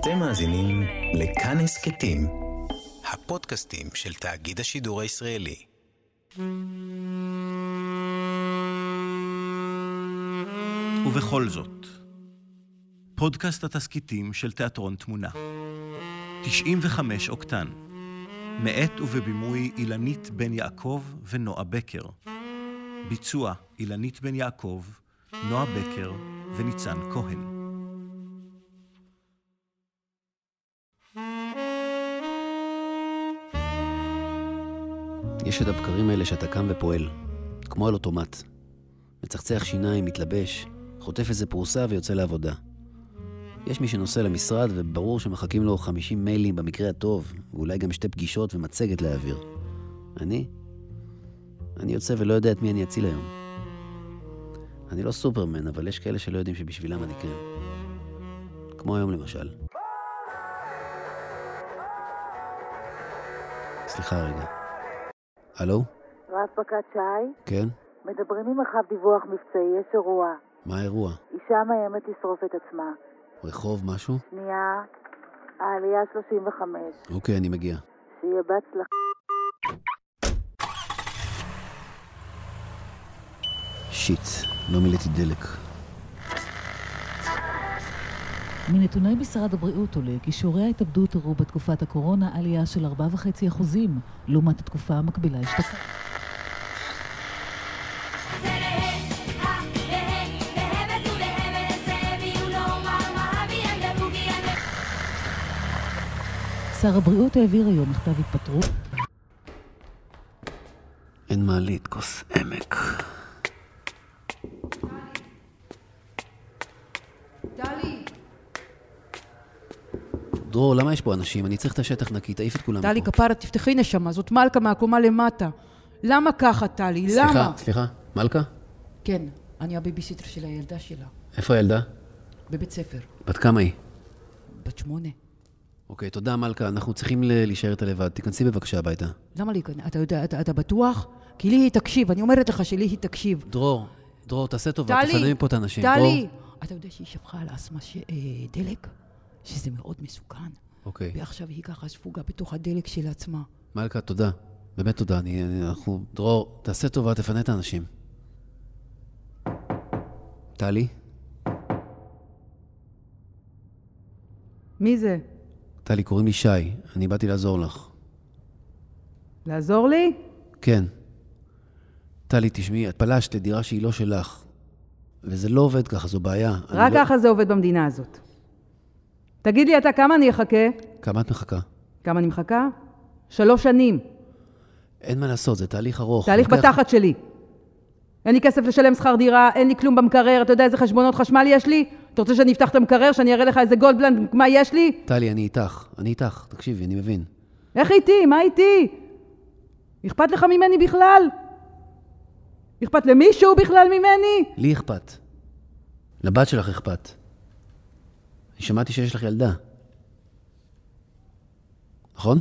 אתם מאזינים לכאן הסכתים, הפודקאסטים של תאגיד השידור הישראלי. ובכל זאת, פודקאסט התסכיתים של תיאטרון תמונה. 95 אוקטן. מאת ובבימוי אילנית בן יעקב ונועה בקר. ביצוע אילנית בן יעקב, נועה בקר וניצן כהן. יש את הבקרים האלה שאתה קם ופועל, כמו על אוטומט. מצחצח שיניים, מתלבש, חוטף איזה פרוסה ויוצא לעבודה. יש מי שנוסע למשרד וברור שמחכים לו 50 מיילים במקרה הטוב, ואולי גם 2 פגישות ומצגת להעביר. אני יוצא ולא יודע את מי אני אציל היום. אני לא סופרמן, אבל יש כאלה שלא יודעים שבשבילם אני כן. כמו היום למשל. סליחה רגע. הלו? רב-פקד שי? כן? מדברים עם מרחב דיווח מבצעי, יש אירוע. מה האירוע? אישה מאיימת לשרוף את עצמה. רחוב משהו? שנייה, העלייה 35. אוקיי, אני מגיע. שיהיה בהצלחה. שיט, לא מילאתי דלק. מנתוני משרד הבריאות עולה כי שיעורי ההתאבדות הראו בתקופת הקורונה עלייה של 4.5%, לעומת התקופה המקבילה אשתקד. שר הבריאות העביר היום מכתב התפטרות. אין מעלית, כוס עמק. טלי! דרור, למה יש פה אנשים? אני צריך את השטח נקי, תעיף את כולם פה. טלי, כפרה, תפתחי נשמה, זאת מלכה מהקומה למטה. למה ככה, טלי? למה? סליחה, מלכה? כן, אני הביביסיטר של הילדה שלה. איפה הילדה? בבית ספר. בת כמה היא? בת 8. אוקיי, תודה מלכה, אנחנו צריכים להישאר איתה לבד. תיכנסי בבקשה הביתה. למה להיכנס? אתה יודע, אתה בטוח? כי לי היא תקשיב, אני אומרת לך שלי היא תקשיב. דרור, תעשה טובה, תפנה מפה את האנשים. טלי! אתה יודע שהיא שפכה על אסמה דלק? שזה מאוד מסוכן. אוקיי. ועכשיו היא ככה ספוגה בתוך הדלק של עצמה. מלכה, תודה. באמת תודה. דרור, תעשה טובה, תפנה את האנשים. טלי? מי זה? טלי, קוראים לי שי. אני באתי לעזור לך. לעזור לי? כן. טלי, תשמעי, את פלשת לדירה שהיא לא שלך. וזה לא עובד ככה, זו בעיה. רק ככה זה עובד במדינה הזאת. תגיד לי אתה, כמה אני אחכה? כמה את מחכה? כמה אני מחכה? 3 שנים. אין מה לעשות, זה תהליך ארוך. תהליך בתחת שלי. אין לי כסף לשלם שכר דירה, אין לי כלום במקרר, אתה יודע איזה חשבונות חשמל יש לי? אתה רוצה שאני אפתח את המקרר, שאני אראה לך איזה גולדבלנד, מה יש לי? טלי, אני איתך, תקשיבי, אני מבין. איך איתי? מה איתי? אכפת לך ממני בכלל? אכפת למישהו בכלל ממני? לי אכפת. לבת שלך אכפת. אני שמעתי שיש לך ילדה. נכון?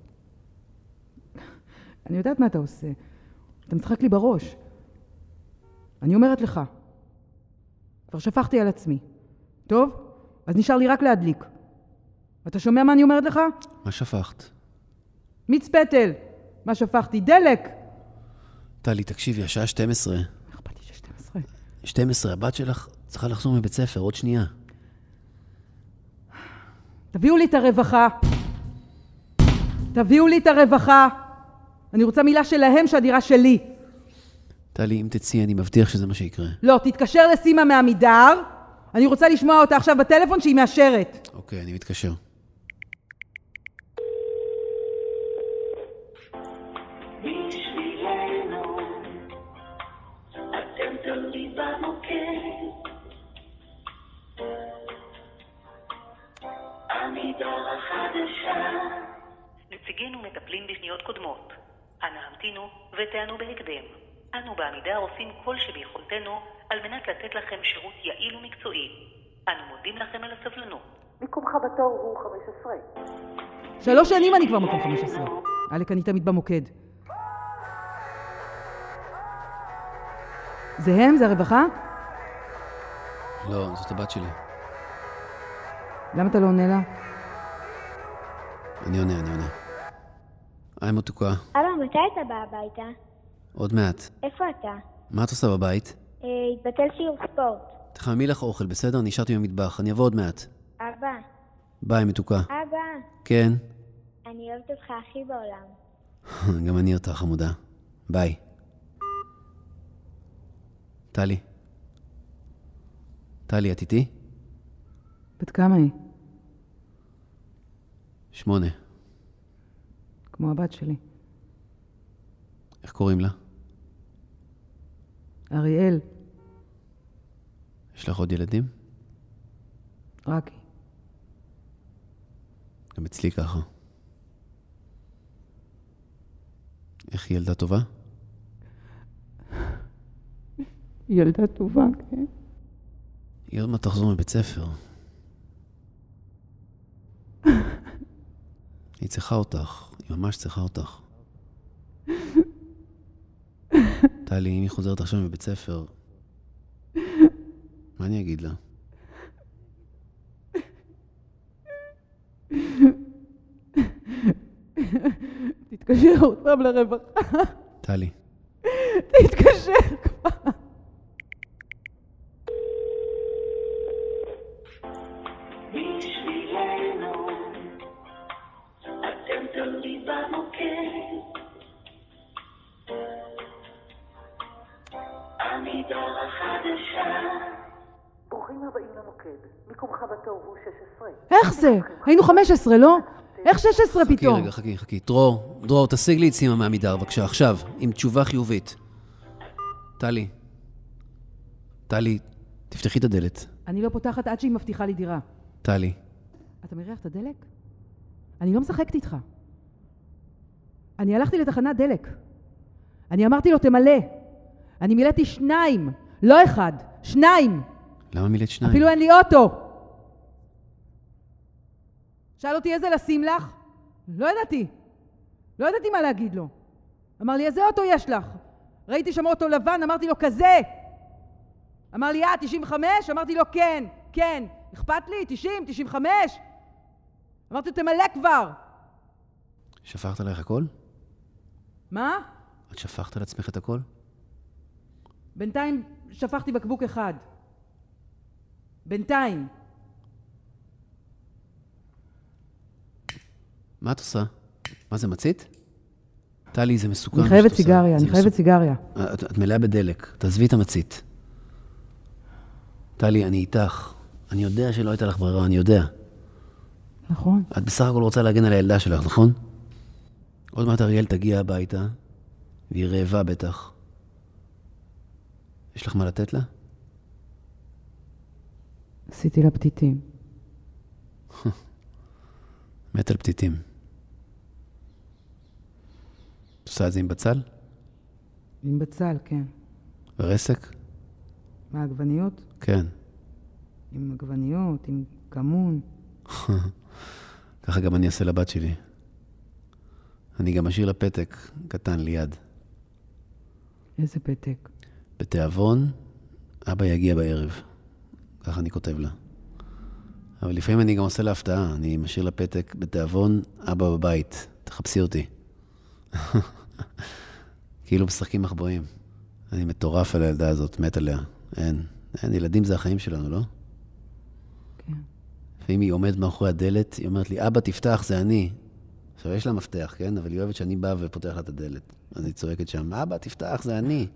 אני יודעת מה אתה עושה. אתה משחק לי בראש. אני אומרת לך. כבר שפכתי על עצמי. טוב? אז נשאר לי רק להדליק. אתה שומע מה אני אומרת לך? מה שפכת? מיץ פטל. מה שפכתי? דלק. טלי, תקשיבי, השעה 12. אכפת לי ש-12. 12, הבת שלך צריכה לחזור מבית ספר, עוד שנייה. תביאו לי את הרווחה. תביאו לי את הרווחה. אני רוצה מילה שלהם שהדירה שלי. טלי, אם תצאי, אני מבטיח שזה מה שיקרה. לא, תתקשר לסימה מעמידר. אני רוצה לשמוע אותה עכשיו בטלפון שהיא מאשרת. אוקיי, אני מתקשר. נציגינו מטפלים בפניות קודמות. אנא המתינו ותענו בהקדם. אנו בעמידר עושים כל שביכולתנו על מנת לתת לכם שירות יעיל ומקצועי. אנו מודים לכם על הסבלנות. מיקומך בתור הוא 15. 3 שנים אני כבר מקום 15. אלק, אני תמיד במוקד. זה הם? זה הרווחה? לא, זאת הבת שלי. למה אתה לא עונה לה? אני עונה. היי מתוקה. אבא, מתי אתה בא הביתה? עוד מעט. איפה אתה? מה את עושה בבית? התבטל שיעור ספורט. תחממי לך אוכל, בסדר? נשארתי במטבח, אני אבוא עוד מעט. אבא. ביי מתוקה. אבא. כן? אני אוהבת אותך הכי בעולם. גם אני אותה חמודה. ביי. טלי. טלי, את איתי? בת כמה היא? 8. כמו הבת שלי. איך קוראים לה? אריאל. יש לך עוד ילדים? רק היא. גם אצלי ככה. איך היא ילדה טובה? ילדה טובה, כן. היא עוד מה תחזור מבית ספר. היא צריכה אותך, היא ממש צריכה אותך. טלי, אם היא חוזרת עכשיו מבית ספר, מה אני אגיד לה? תתקשר עוד פעם לרווחה. טלי. תתקשר כבר. ברוכים הבאים למוקד. מיקומך בתור הוא 16. איך זה? היינו 15, לא? איך 16 פתאום? חכי. דרור, תשיג לי את סימה מעמידר, בבקשה, עכשיו, עם תשובה חיובית. טלי, תפתחי את הדלת. אני לא פותחת עד שהיא מבטיחה לי דירה. טלי. אתה מריח את הדלק? אני לא משחקת איתך. אני הלכתי לתחנת דלק. אני אמרתי לו, תמלא. אני מילאתי 2, לא 1, 2. למה מילאת 2? אפילו אין לי אוטו. שאל אותי איזה לשים לך? לא ידעתי מה להגיד לו. אמר לי, איזה אוטו יש לך? ראיתי שם אוטו לבן, אמרתי לו, כזה. אמר לי, 95? אמרתי לו, כן. אכפת לי? 90, 95? אמרתי לו, תמלא כבר. שפכת עליך הכל? מה? את שפכת על עצמך את הכל? בינתיים שפכתי בקבוק אחד. בינתיים. מה את עושה? מה זה, מצית? טלי, זה מסוכן. אני חייבת סיגריה. את מלאה בדלק. תעזבי את המצית. טלי, אני איתך. אני יודע שלא הייתה לך ברירה, אני יודע. נכון. את בסך הכל רוצה להגן על הילדה שלך, נכון? עוד מעט אריאל תגיע הביתה, והיא רעבה בטח. יש לך מה לתת לה? עשיתי לה פתיתים. מת על פתיתים. את עושה את זה עם בצל? עם בצל, כן. ורסק? מה, עגבניות? כן. עם עגבניות, עם כמון. ככה גם אני אעשה לבת שלי. אני גם אשאיר לה פתק קטן ליד. איזה פתק? בתיאבון, אבא יגיע בערב. ככה אני כותב לה. אבל לפעמים אני גם עושה לה הפתעה. אני משאיר לה פתק בתיאבון, אבא בבית. תחפשי אותי. כאילו משחקים מחבואים. אני מטורף על הילדה הזאת, מת עליה. אין, ילדים זה החיים שלנו, לא? כן. ואם היא עומדת מאחורי הדלת, היא אומרת לי, אבא תפתח, זה אני. עכשיו יש לה מפתח, כן? אבל היא אוהבת שאני בא ופותח לה את הדלת. אז היא צועקת שם, אבא תפתח, זה אני.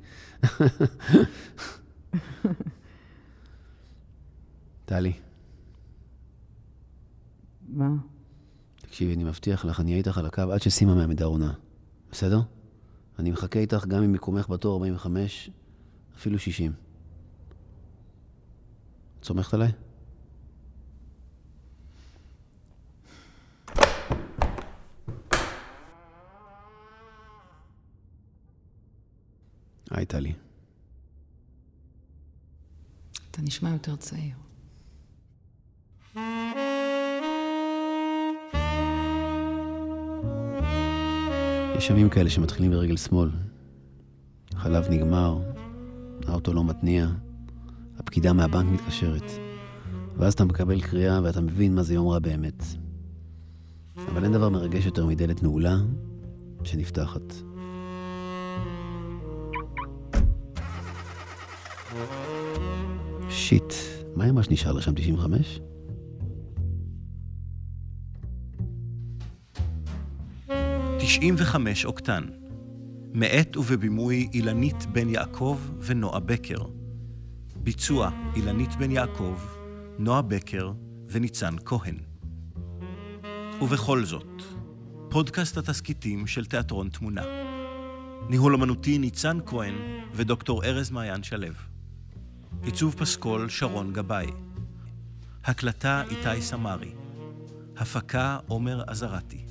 טלי. מה? תקשיבי, אני מבטיח לך, אני אהיה איתך על הקו עד שסימה מעמידר עונה. בסדר? אני מחכה איתך גם אם מקומך בתור 45, אפילו 60. את סומכת עליי? היי, טלי. אתה נשמע יותר צעיר. יש ימים כאלה שמתחילים ברגל שמאל. החלב נגמר, האוטו לא מתניע, הפקידה מהבנק מתקשרת. ואז אתה מקבל קריאה ואתה מבין מה זה יום רע באמת. אבל אין דבר מרגש יותר מדלת נעולה שנפתחת. שיט, מה עם מה שנשאר לשם 95? אוקטן. מאת ובבימוי אילנית בן יעקב ונועה בקר. ביצוע אילנית בן יעקב, נועה בקר וניצן כהן. ובכל זאת, פודקאסט התסקיטים של תיאטרון תמונה. ניהול אמנותי ניצן כהן ודוקטור ארז מעיין שלו. עיצוב פסקול שרון גבאי. הקלטה איתי סמרי. הפקה עומר עזרתי.